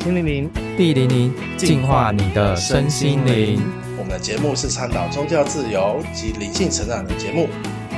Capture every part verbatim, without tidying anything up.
天灵灵地灵灵，净化你的身心灵。 我们的节目是倡导宗教自由及灵性成长的节目。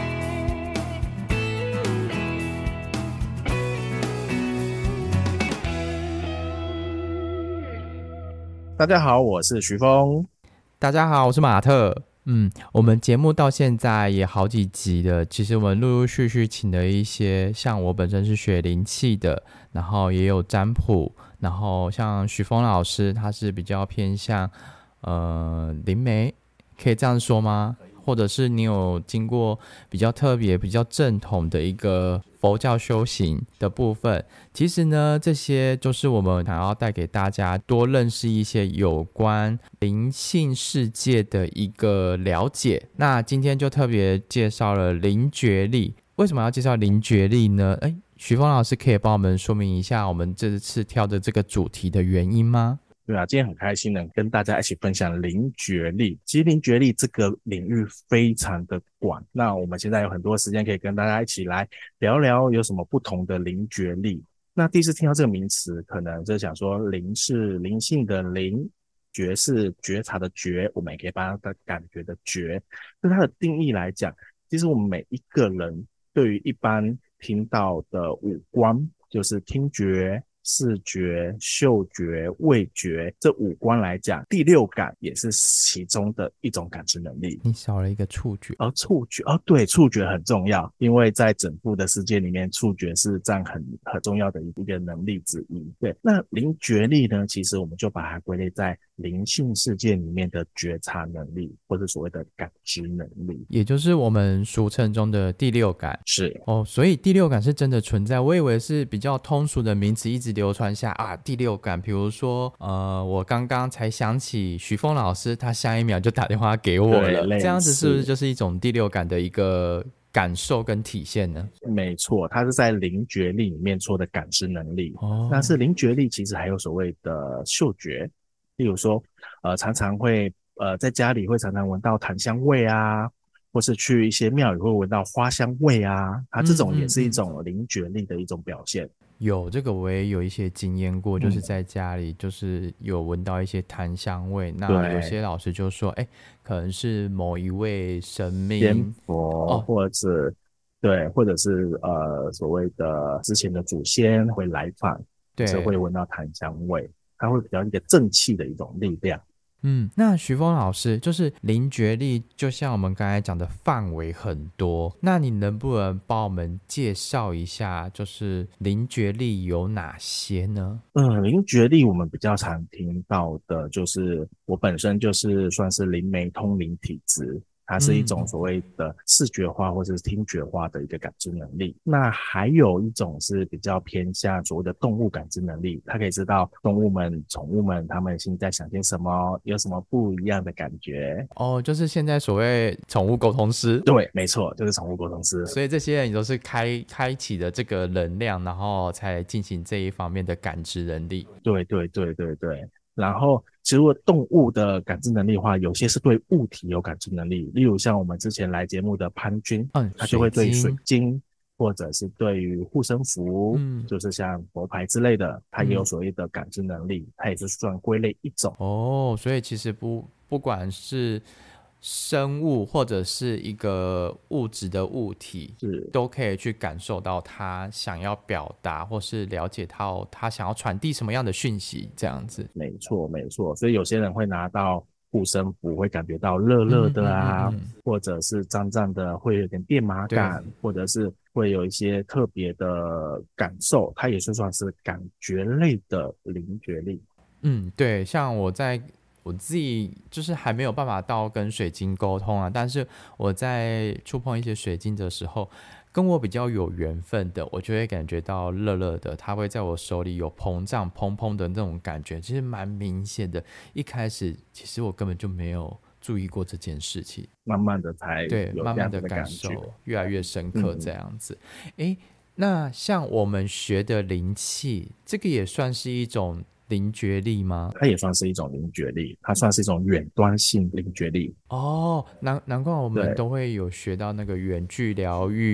大家好，我是徐峰。 大家好，我是马特。嗯，我们节目到现在也好几集了，其实我们陆陆续续请了一些，像我本身是学灵气的，然后也有占卜，然后像许峰老师他是比较偏向呃灵媒，可以这样说吗？或者是你有经过比较特别比较正统的一个佛教修行的部分，其实呢这些就是我们想要带给大家多认识一些有关灵性世界的一个了解。那今天就特别介绍了灵觉力。为什么要介绍灵觉力呢？诶，徐峰老师可以帮我们说明一下我们这次挑的这个主题的原因吗？ 对啊，今天很开心能跟大家一起分享灵觉力。其实灵觉力这个领域非常的广，那我们现在有很多时间可以跟大家一起来聊聊有什么不同的灵觉力。那第一次听到这个名词，可能就想说灵是灵性的灵，觉是觉察的觉，我们也可以把它感觉的觉。那它的定义来讲，其实我们每一个人对于一般听到的五官，就是听觉、视觉、嗅觉、味觉这五官来讲，第六感也是其中的一种感知能力。 你少了一个触觉。 而触觉，哦，对，触觉很重要，因为在整部的世界里面，触觉是占很很重要的一个能力之一。对，那灵觉力呢，其实我们就把它归类在灵性世界里面的觉察能力，或者所谓的感知能力， 也就是我们俗称中的第六感。 是哦，所以第六感是真的存在。我以为是比较通俗的名词一直流传下啊。第六感，比如说呃，我刚刚才想起徐峰老师，他下一秒就打电话给我了，这样子是不是就是一种第六感的一个感受跟体现呢？ 没错，它是在灵觉力里面说的感知能力。 哦， 但是灵觉力其实还有所谓的嗅觉，例如说，呃，常常会呃在家里会常常闻到檀香味啊，或是去一些庙宇会闻到花香味啊，它这种也是一种灵觉力的一种表现。 有这个我也有一些经验过， 嗯就是在家里就是有闻到一些檀香味，那有些老师就说哎，可能是某一位神明仙佛，或者对，或者是呃所谓的之前的祖先会来访，就是会闻到檀香味，它会比较一个正气的一种力量。 嗯，那徐峰老师，就是灵觉力就像我们刚才讲的范围很多，那你能不能帮我们介绍一下就是灵觉力有哪些呢？ 嗯，灵觉力我们比较常听到的就是我本身就是算是灵媒通灵体质，它是一种所谓的视觉化或者是听觉化的一个感知能力。那还有一种是比较偏向所谓的动物感知能力，它可以知道动物们、宠物们他们现在想些什么，有什么不一样的感觉。 哦，就是现在所谓宠物沟通师。 对，没错，就是宠物沟通师。 所以这些人都是开开启的这个能量，然后才进行这一方面的感知能力。 对对对对对。然后其实动物的感知能力的话，有些是对物体有感知能力，例如像我们之前来节目的潘君， 嗯， 他就会对水晶，或者是对于护身符，嗯，就是像佛牌之类的，他也有所谓的感知能力，他也是算归类一种。 哦，所以其实不不管是生物或者是一个物质的物体， 是都可以去感受到他想要表达或是了解到他想要传递什么样的讯息，这样子。 没错没错，所以有些人会拿到护身符会感觉到热热的啊，嗯嗯嗯嗯，或者是胀胀的会有点电麻感，或者是会有一些特别的感受，它也是算是感觉类的灵觉力。 嗯，对，像我在我自己就是还没有办法到跟水晶沟通啊，但是我在触碰一些水晶的时候，跟我比较有缘分的，我就会感觉到热热的，它会在我手里有膨胀砰砰的那种感觉，其实蛮明显的。一开始其实我根本就没有注意过这件事情， 慢慢的才对， 有慢慢的的感受越来越深刻这样子。诶、嗯，那像我们学的灵气，这个也算是一种灵觉力吗？ 它也算是一种灵觉力，它算是一种远端性灵觉力。 哦，难难怪我们都会有学到那个远距疗愈，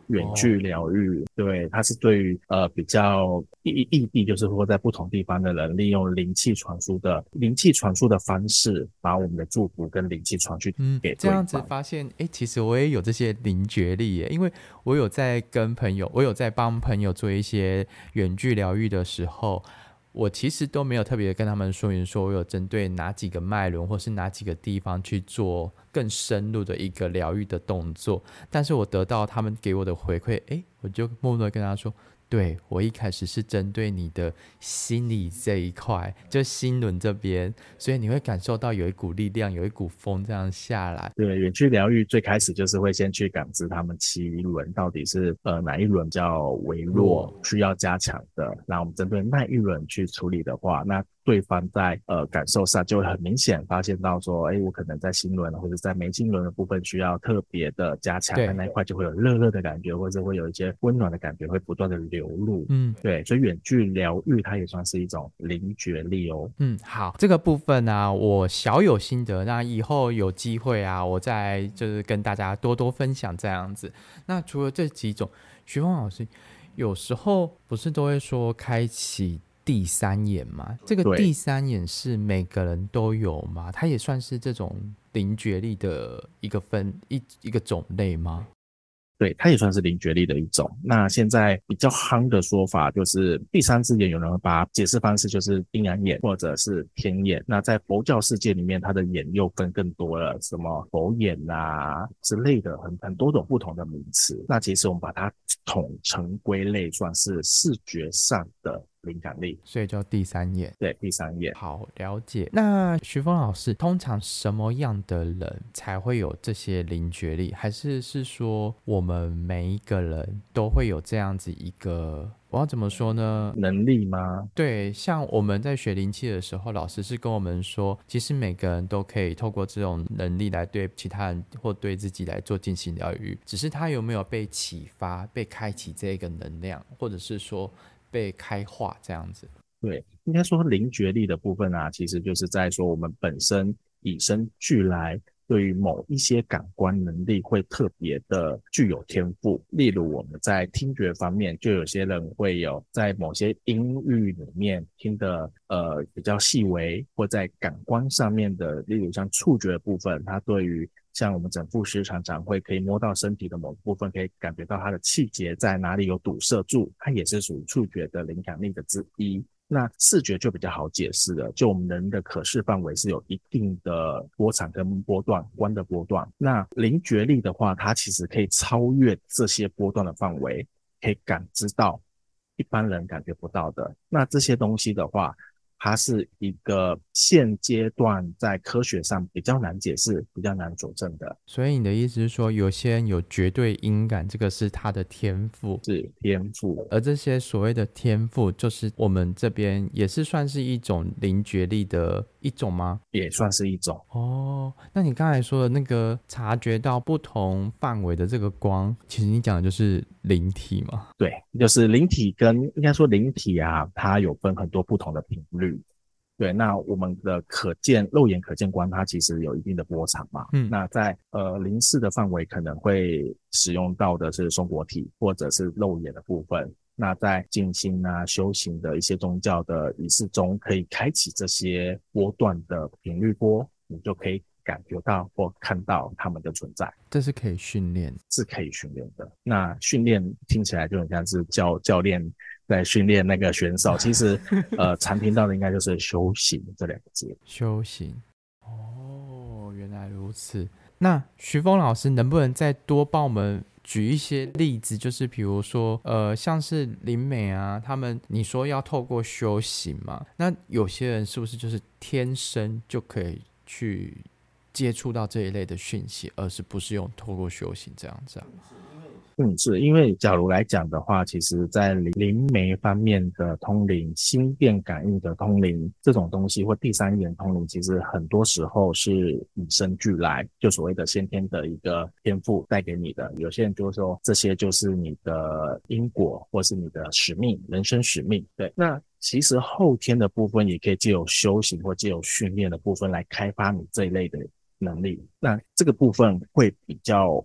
远距疗愈，对，它是对于呃比较异异地，就是说在不同地方的人，利用灵气传输的灵气传输的方式，把我们的祝福跟灵气传去嗯， 给这样子对方。 发现，哎，其实我也有这些灵觉力耶，因为我有在跟朋友，我有在帮朋友做一些远距疗愈的时候，我其实都没有特别跟他们说明说我有针对哪几个脉轮或是哪几个地方去做更深入的一个疗愈的动作，但是我得到他们给我的回馈，诶，我就默默的跟他说，对，我一开始是针对你的心理这一块，就心轮这边，所以你会感受到有一股力量，有一股风这样下来。 对，远距疗愈最开始就是会先去感知他们七轮到底是呃哪一轮比较微弱， 弱需要加强的。那我们针对那一轮去处理的话，那对方在呃感受上就会很明显发现到说，哎，我可能在心轮或者在眉心轮的部分需要特别的加强，那对， 那一块就会有热热的感觉，或者会有一些温暖的感觉会不断的流露。 嗯对，所以远距疗愈它也算是一种灵觉力哦。 嗯，好，这个部分呢、啊，我小有心得，那以后有机会啊，我再就是跟大家多多分享这样子。那除了这几种，徐峰老师有时候不是都会说开启第三眼吗？这个对， 第三眼是每个人都有吗？它也算是这种灵觉力的一个分一一个种类吗？ 对，它也算是灵觉力的一种。那现在比较夯的说法就是第三只眼，有人会把解释方式就是阴阳眼或者是天眼。那在佛教世界里面，它的眼又分更多了，什么佛眼啊之类的，很很多种不同的名词。那其实我们把它统称归类，算是视觉上的灵感力。 所以叫第三眼。 对，第三眼。 好，了解。那徐峰老师，通常什么样的人才会有这些灵觉力？还是是说我们每一个人都会有这样子一个，我要怎么说呢？ 能力吗？ 对，像我们在学灵气的时候，老师是跟我们说，其实每个人都可以透过这种能力来对其他人或对自己来做进行疗愈，只是他有没有被启发、被开启这个能量，或者是说被开化这样子。 对，应该说灵觉力的部分啊，其实就是在说我们本身与生俱来对于某一些感官能力会特别的具有天赋。例如我们在听觉方面，就有些人会有在某些音域里面听得呃比较细微，或在感官上面的，例如像触觉的部分，它对于像我们整复师常常会可以摸到身体的某部分，可以感觉到它的气节在哪里有堵塞住，它也是属于触觉的灵感力的之一。那视觉就比较好解释了，就我们人的可视范围是有一定的波长跟波段，光的波段。那灵觉力的话，它其实可以超越这些波段的范围，可以感知到一般人感觉不到的。那这些东西的话，它是一个现阶段在科学上比较难解释、比较难佐证的， 所以你的意思是说，有些人有绝对音感，这个是他的天赋， 是天赋。 而这些所谓的天赋，就是我们这边也是算是一种灵觉力的一种吗？ 也算是一种。 哦，那你刚才说的那个察觉到不同范围的这个光，其实你讲的就是灵体嘛？ 对，就是灵体跟应该说灵体啊，它有分很多不同的频率。对，那我们的可见肉眼可见光，它其实有一定的波长嘛。 嗯， 那在呃灵视的范围，可能会使用到的是松果体或者是肉眼的部分。那在静心啊、修行的一些宗教的仪式中，可以开启这些波段的频率波，你就可以感觉到或看到它们的存在。 这是可以训练。 是可以训练的。那训练听起来就很像是教教练在训练那个选手，其实呃常听到的应该就是修行这两个字。 修行。哦，原来如此。那徐峰老师能不能再多帮我们举一些例子，就是比如说呃像是灵美啊，他们你说要透过修行嘛，那有些人是不是就是天生就可以去接触到这一类的讯息，而是不是用透过修行这样子啊？ 嗯，是因为假如来讲的话，其实在灵灵媒方面的通灵、心电感应的通灵这种东西，或第三眼通灵，其实很多时候是与生俱来，就所谓的先天的一个天赋带给你的。有些人就会说，这些就是你的因果，或是你的使命、人生使命。对，那其实后天的部分也可以借由修行或借由训练的部分来开发你这一类的能力。那这个部分会比较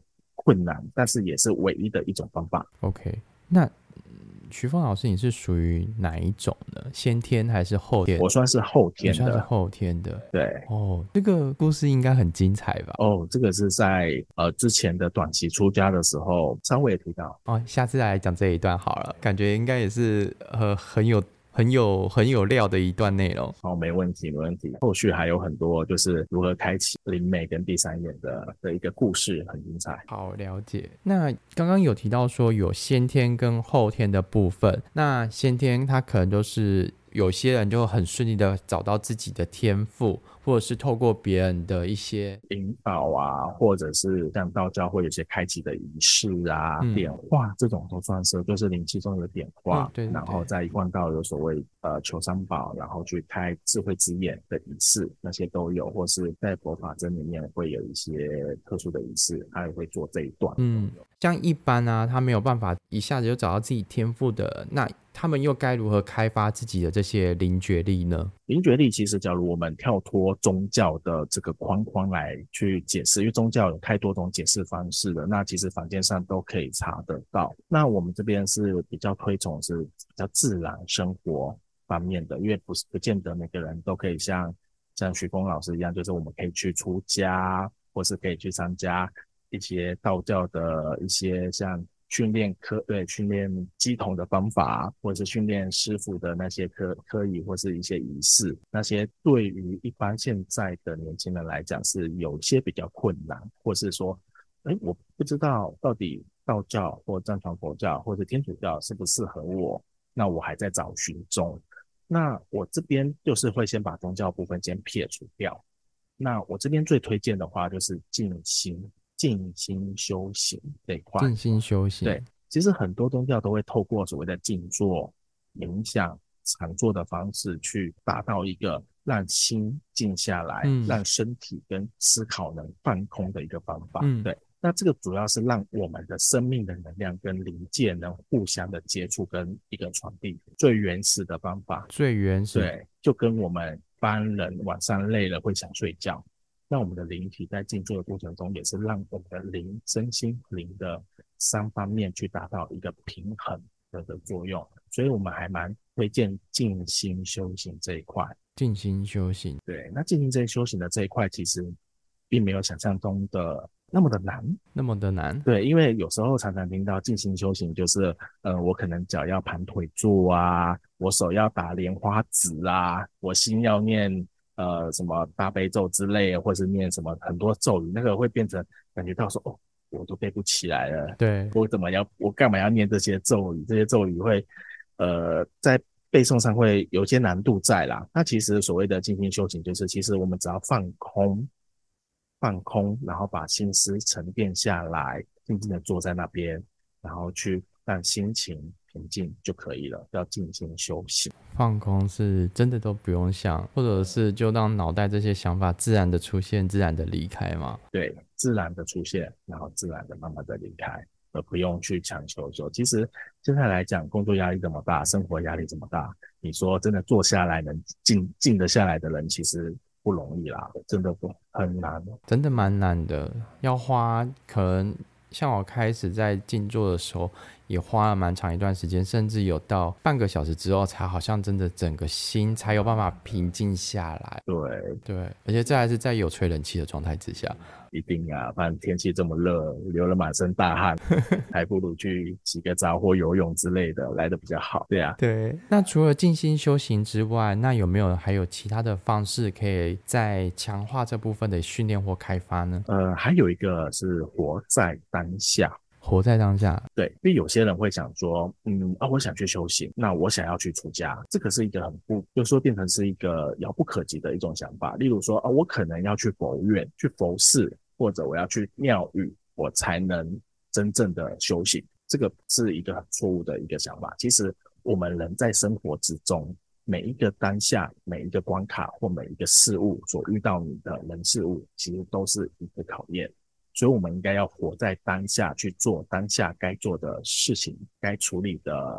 困难，但是也是唯一的一种方法。 OK， 那徐峰老师你是属于哪一种呢？先天还是后天？ 我算是后天你算是的。 后天的。 对。 哦，这个故事应该很精彩吧？ 哦，这个是在呃之前的短期出家的时候稍微提到。 哦，下次来讲这一段好了，感觉应该也是呃很有很有很有料的一段内容。 哦，没问题，没问题。后续还有很多，就是如何开启灵媒跟第三眼的的一个故事，很精彩。 好，了解。那刚刚有提到说有先天跟后天的部分，那先天它可能就是有些人就很顺利的找到自己的天赋，或者是透过别人的一些引导啊，或者是像道教会有些开启的仪式啊、 嗯点化这种都算是，就是灵气中的点化， 嗯对对对然后再一贯道有所谓呃求三宝，然后去开智慧之眼的仪式，那些都有，或是在佛法真里面会有一些特殊的仪式，他也会做这一段。 嗯，像一般啊，他没有办法一下子就找到自己天赋的，那他们又该如何开发自己的这些灵觉力呢？ 灵觉力其实，假如我们跳脱宗教的这个框框来去解释，因为宗教有太多种解释方式了，那其实坊间上都可以查得到。那我们这边是比较推崇是比较自然生活方面的，因为不是不见得每个人都可以像像徐峰老师一样，就是我们可以去出家，或是可以去参加一些道教的一些像训练科对训练乩童的方法，或者是训练师傅的那些科科仪或是一些仪式，那些对于一般现在的年轻人来讲是有些比较困难，或是说，哎，我不知道到底道教或藏传佛教或者天主教适不适合我，那我还在找寻中。那我这边就是会先把宗教部分先撇除掉。那我这边最推荐的话就是静心、静心修行这一块。 静心修行。 对，其实很多宗教都会透过所谓的静坐、冥想、禅坐的方式去达到一个让心静下来， 嗯让身体跟思考能放空的一个方法。 嗯对，那这个主要是让我们的生命的能量跟灵界能互相的接触跟一个传递，最原始的方法。 最原始。 对，就跟我们一般人晚上累了会想睡觉，那我们的灵体在静坐的过程中，也是让我们的灵、身心灵的三方面去达到一个平衡的的作用，所以我们还蛮推荐静心修行这一块。 静心修行。 对，那静心这修行的这一块，其实并没有想象中的那么的难。 那么的难。 对，因为有时候常常听到静心修行，就是呃，我可能脚要盘腿坐啊，我手要打莲花指啊，我心要念呃什么大悲咒之类，或是念什么很多咒语，那个会变成感觉到说，哦，我都背不起来了， 对， 我怎么要，我干嘛要念这些咒语？这些咒语会呃在背诵上会有些难度在啦。那其实所谓的静心修行，就是其实我们只要放空。放空，然后把心思沉淀下来，静静的坐在那边，然后去让心情平静就可以了，要静心休息。 放空是真的都不用想，或者是就让脑袋这些想法自然的出现，自然的离开吗？ 对，自然的出现，然后自然的慢慢的离开，而不用去强求说，其实现在来讲，工作压力这么大，生活压力这么大，你说真的坐下来能静静得下来的人，其实不容易啦，真的不很难， 真的蛮难的，要花可能像我开始在静坐的时候，也花了蛮长一段时间，甚至有到半个小时之后，才好像真的整个心才有办法平静下来。 对对，而且这还是在有吹冷气的状态之下。 一定啊，不然天气这么热，流了满身大汗，还不如去洗个澡或游泳之类的，来的比较好。对啊， 对。那除了静心修行之外，那有没有还有其他的方式可以在强化这部分的训练或开发呢？ 呃，还有一个是活在当下。 活在当下。 对，因为有些人会想说，嗯啊，我想去修行，那我想要去出家，这个是一个很不，就说变成是一个遥不可及的一种想法。例如说，啊，我可能要去佛院、去佛寺，或者我要去庙宇，我才能真正的修行。这个是一个很错误的一个想法。其实我们人在生活之中，每一个当下、每一个关卡或每一个事物所遇到你的人事物，其实都是一个考验。所以我们应该要活在当下，去做当下该做的事情，该处理的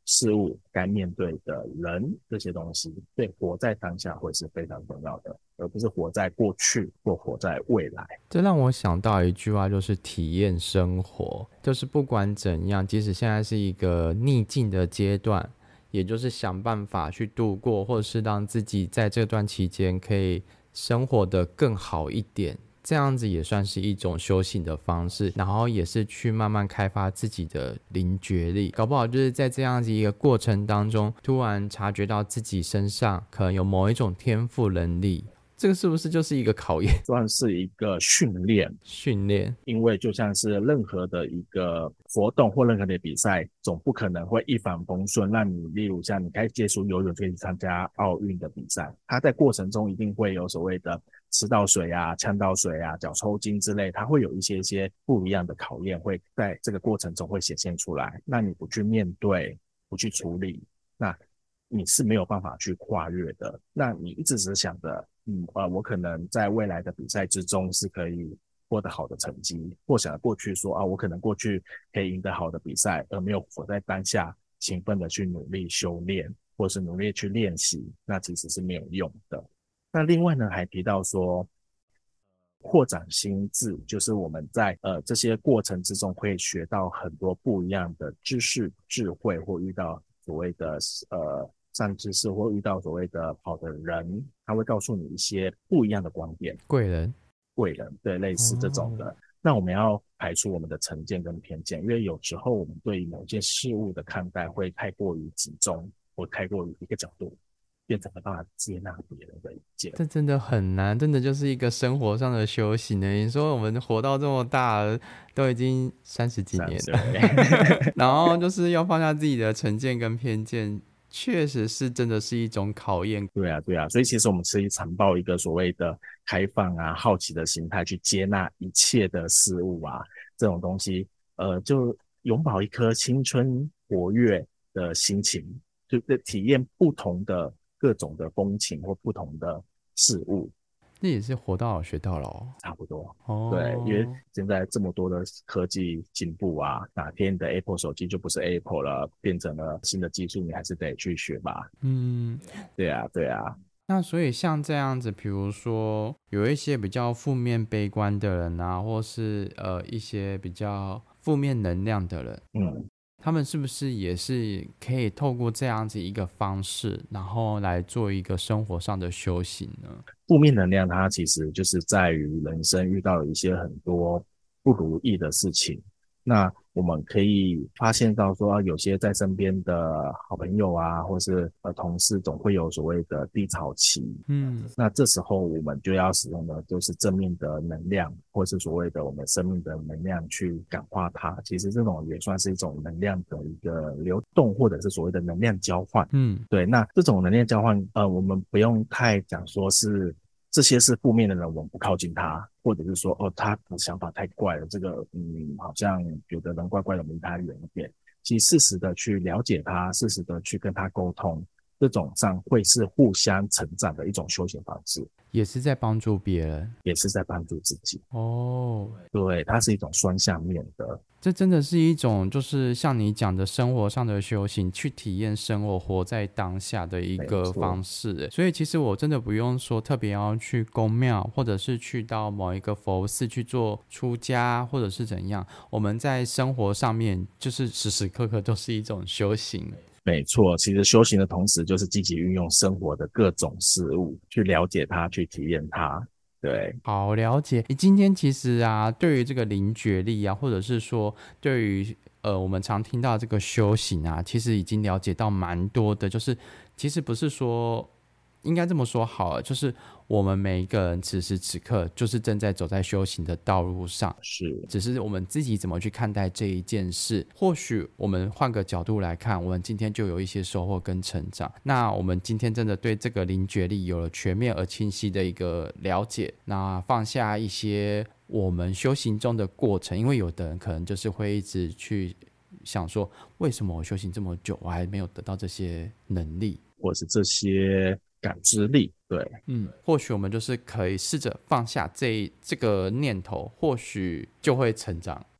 事物、该面对的人这些东西，对活在当下会是非常重要的，而不是活在过去或活在未来。 这让我想到一句话，就是体验生活，就是不管怎样，即使现在是一个逆境的阶段，也就是想办法去度过，或者是让自己在这段期间可以生活得更好一点，这样子也算是一种修行的方式，然后也是去慢慢开发自己的灵觉力，搞不好就是在这样子一个过程当中，突然察觉到自己身上可能有某一种天赋能力，这个是不是就是一个考验？ 算是一个训练， 训练， 因为就像是任何的一个活动或任何的比赛，总不可能会一帆风顺，让你例如像你开始接触游泳就可以参加奥运的比赛，它在过程中一定会有所谓的吃到水啊、呛到水啊、脚抽筋之类，它会有一些一些不一样的考验会在这个过程中会显现出来。那你不去面对、不去处理，那你是没有办法去跨越的。那你一直只是想着，嗯，呃，我可能在未来的比赛之中是可以获得好的成绩，或想过去说啊，我可能过去可以赢得好的比赛，而没有活在当下，勤奋的去努力修炼，或是努力去练习，那其实是没有用的。那另外呢，还提到说，扩展心智，就是我们在呃这些过程之中会学到很多不一样的知识、智慧，或遇到所谓的呃善知识，或遇到所谓的好的人，他会告诉你一些不一样的观点。 贵人， 贵人，对，类似这种的。 哦， 那我们要排除我们的成见跟偏见，因为有时候我们对某件事物的看待会太过于集中，或太过于一个角度，变成没办法接纳别人的意见。 这真的很难，真的就是一个生活上的修行呢。你说我们活到这么大了，都已经三十几年了，然后就是要放下自己的成见跟偏见，确实是真的是一种考验。 对啊，对啊，所以其实我们可以常抱一个所谓的开放啊、好奇的心态去接纳一切的事物啊，这种东西，呃，就拥抱一颗青春活跃的心情，就体验不同的各种的风情或不同的事物， 这也是活到老学到老差不多。对，因为哦。 现在这么多的科技进步啊，哪天的 Apple 手机就不是 Apple 了，变成了新的技术，你还是得去学吧。 嗯， 对啊，对啊， 那所以像这样子，比如说有一些比较负面悲观的人啊，或是呃一些比较负面能量的人， 嗯。 他们是不是也是可以透过这样子一个方式，然后来做一个生活上的修行呢？ 负面能量它其实就是在于人生遇到了一些很多不如意的事情，那我们可以发现到说，啊有些在身边的好朋友啊，或是呃同事，总会有所谓的低潮期。 嗯， 那这时候我们就要使用的就是正面的能量，或是所谓的我们生命的能量去感化它。其实这种也算是一种能量的一个流动，或者是所谓的能量交换。 嗯， 对，那这种能量交换，呃，我们不用太讲说是这些是负面的人，我们不靠近他，或者是说，哦，他的想法太怪了，这个，嗯，好像觉得人怪怪的，我们离他远一点。其实适时的去了解他，适时的去跟他沟通，这种上会是互相成长的一种修行方式， 也是在帮助别人也是在帮助自己。 哦。 对，它是一种双向面的。 这真的是一种，就是像你讲的生活上的修行，去体验生活，活在当下的一个方式。所以其实我真的不用说特别要去宫庙，或者是去到某一个佛寺去做出家，或者是怎样。我们在生活上面，就是时时刻刻都是一种修行。 没错，其实修行的同时，就是积极运用生活的各种事物，去了解它，去体验它。对， 好了解。你今天其实啊，对于这个灵觉力啊，或者是说对于呃我们常听到这个修行啊，其实已经了解到蛮多的。就是其实不是说，应该这么说好了，就是我们每一个人此时此刻就是正在走在修行的道路上， 是， 只是我们自己怎么去看待这一件事。或许我们换个角度来看，我们今天就有一些收获跟成长。那我们今天真的对这个灵觉力有了全面而清晰的一个了解，那放下一些我们修行中的过程，因为有的人可能就是会一直去想说，为什么我修行这么久，我还没有得到这些能力， 或是这些感知力。对， 嗯，或许我们就是可以试着放下这这个念头，或许就会成长。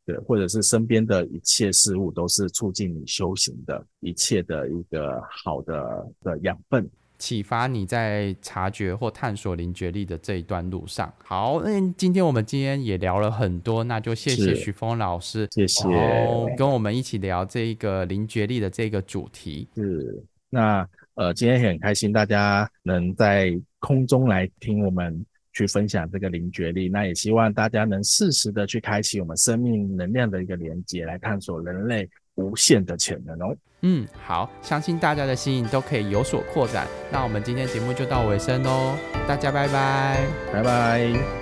对，或者是身边的一切事物都是促进你修行的一切的一个好的的养分， 启发你在察觉或探索灵觉力的这一段路上。好，那今天我们今天也聊了很多，那就谢谢许峰老师， 谢谢， 然后跟我们一起聊这个灵觉力的这个主题。 是，那呃，今天也很开心大家能在空中来听我们去分享这个灵觉力，那也希望大家能适时的去开启我们生命能量的一个连接，来探索人类无限的潜能哦。 嗯，好，相信大家的心灵都可以有所扩展。那我们今天节目就到尾声喽，大家拜拜， 拜拜。